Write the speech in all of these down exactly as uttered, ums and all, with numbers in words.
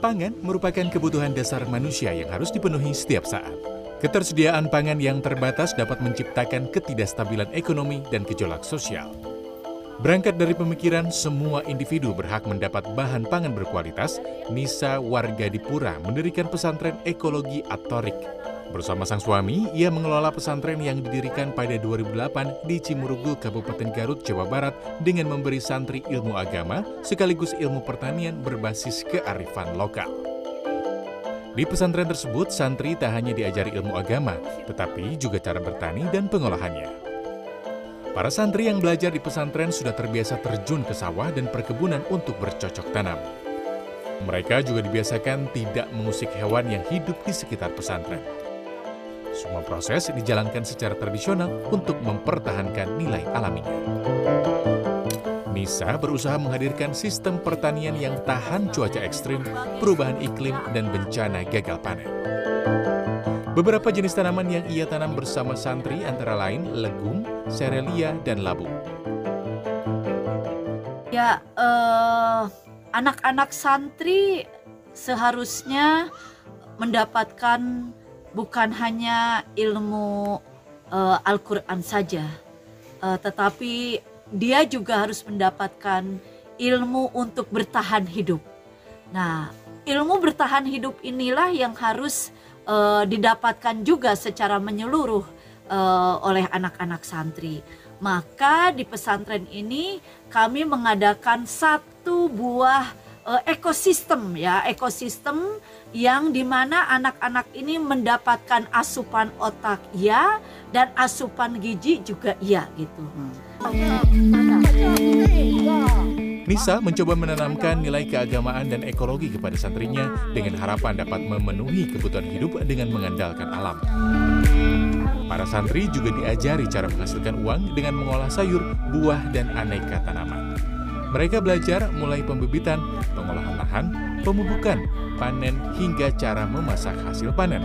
Pangan merupakan kebutuhan dasar manusia yang harus dipenuhi setiap saat. Ketersediaan pangan yang terbatas dapat menciptakan ketidakstabilan ekonomi dan gejolak sosial. Berangkat dari pemikiran semua individu berhak mendapat bahan pangan berkualitas, Nisa warga di Pura mendirikan pesantren ekologi Atorik. Bersama sang suami, ia mengelola pesantren yang didirikan pada dua ribu delapan di Cimurugul, Kabupaten Garut, Jawa Barat dengan memberi santri ilmu agama sekaligus ilmu pertanian berbasis kearifan lokal. Di pesantren tersebut, santri tak hanya diajari ilmu agama, tetapi juga cara bertani dan pengolahannya. Para santri yang belajar di pesantren sudah terbiasa terjun ke sawah dan perkebunan untuk bercocok tanam. Mereka juga dibiasakan tidak mengusik hewan yang hidup di sekitar pesantren. Semua proses dijalankan secara tradisional untuk mempertahankan nilai alaminya. Nisa berusaha menghadirkan sistem pertanian yang tahan cuaca ekstrim, perubahan iklim, dan bencana gagal panen. Beberapa jenis tanaman yang ia tanam bersama santri antara lain legum, serelia, dan labu. Ya, eh, anak-anak santri seharusnya mendapatkan bukan hanya ilmu eh, Al-Quran saja, eh, tetapi dia juga harus mendapatkan ilmu untuk bertahan hidup. Nah, ilmu bertahan hidup inilah yang harus uh, didapatkan juga secara menyeluruh uh, oleh anak-anak santri. Maka di pesantren ini kami mengadakan satu buah uh, ekosistem ya, ekosistem yang dimana anak-anak ini mendapatkan asupan otak ya dan asupan gizi juga iya gitu. Hmm. Nisa mencoba menanamkan nilai keagamaan dan ekologi kepada santrinya dengan harapan dapat memenuhi kebutuhan hidup dengan mengandalkan alam. Para santri juga diajari cara menghasilkan uang dengan mengolah sayur, buah, dan aneka tanaman. Mereka belajar mulai pembibitan, pengolahan lahan, pemupukan, panen, hingga cara memasak hasil panen.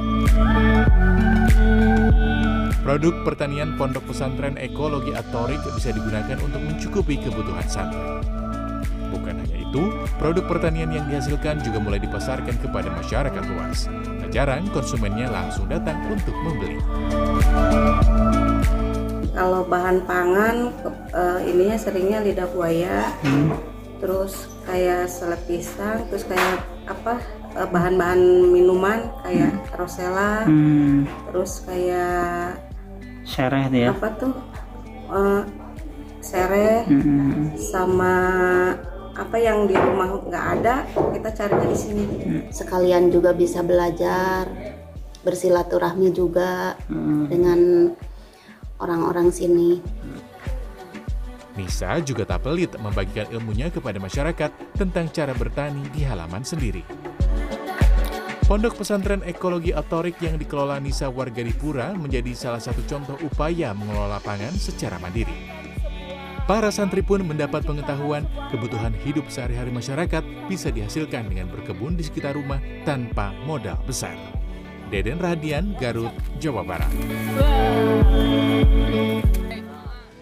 Produk pertanian Pondok Pesantren Ekologi Atorik bisa digunakan untuk mencukupi kebutuhan santri. Bukan hanya itu, produk pertanian yang dihasilkan juga mulai dipasarkan kepada masyarakat luas. Tak jarang konsumennya langsung datang untuk membeli. Kalau bahan pangan, uh, ininya seringnya lidah buaya, hmm. terus kayak selai pisang, terus kayak apa uh, bahan-bahan minuman kayak hmm. rosella, hmm. terus kayak sereh dia. Apa tuh uh, sereh, hmm. sama apa yang di rumah nggak ada kita carinya di sini. Hmm. Sekalian juga bisa belajar, bersilaturahmi juga hmm. dengan orang-orang sini. Nisa juga tak pelit membagikan ilmunya kepada masyarakat tentang cara bertani di halaman sendiri. Pondok Pesantren Ekologi Atorik yang dikelola Nisa warga di Pura menjadi salah satu contoh upaya mengelola pangan secara mandiri. Para santri pun mendapat pengetahuan kebutuhan hidup sehari-hari masyarakat bisa dihasilkan dengan berkebun di sekitar rumah tanpa modal besar. Deden Radian, Garut, Jawa Barat.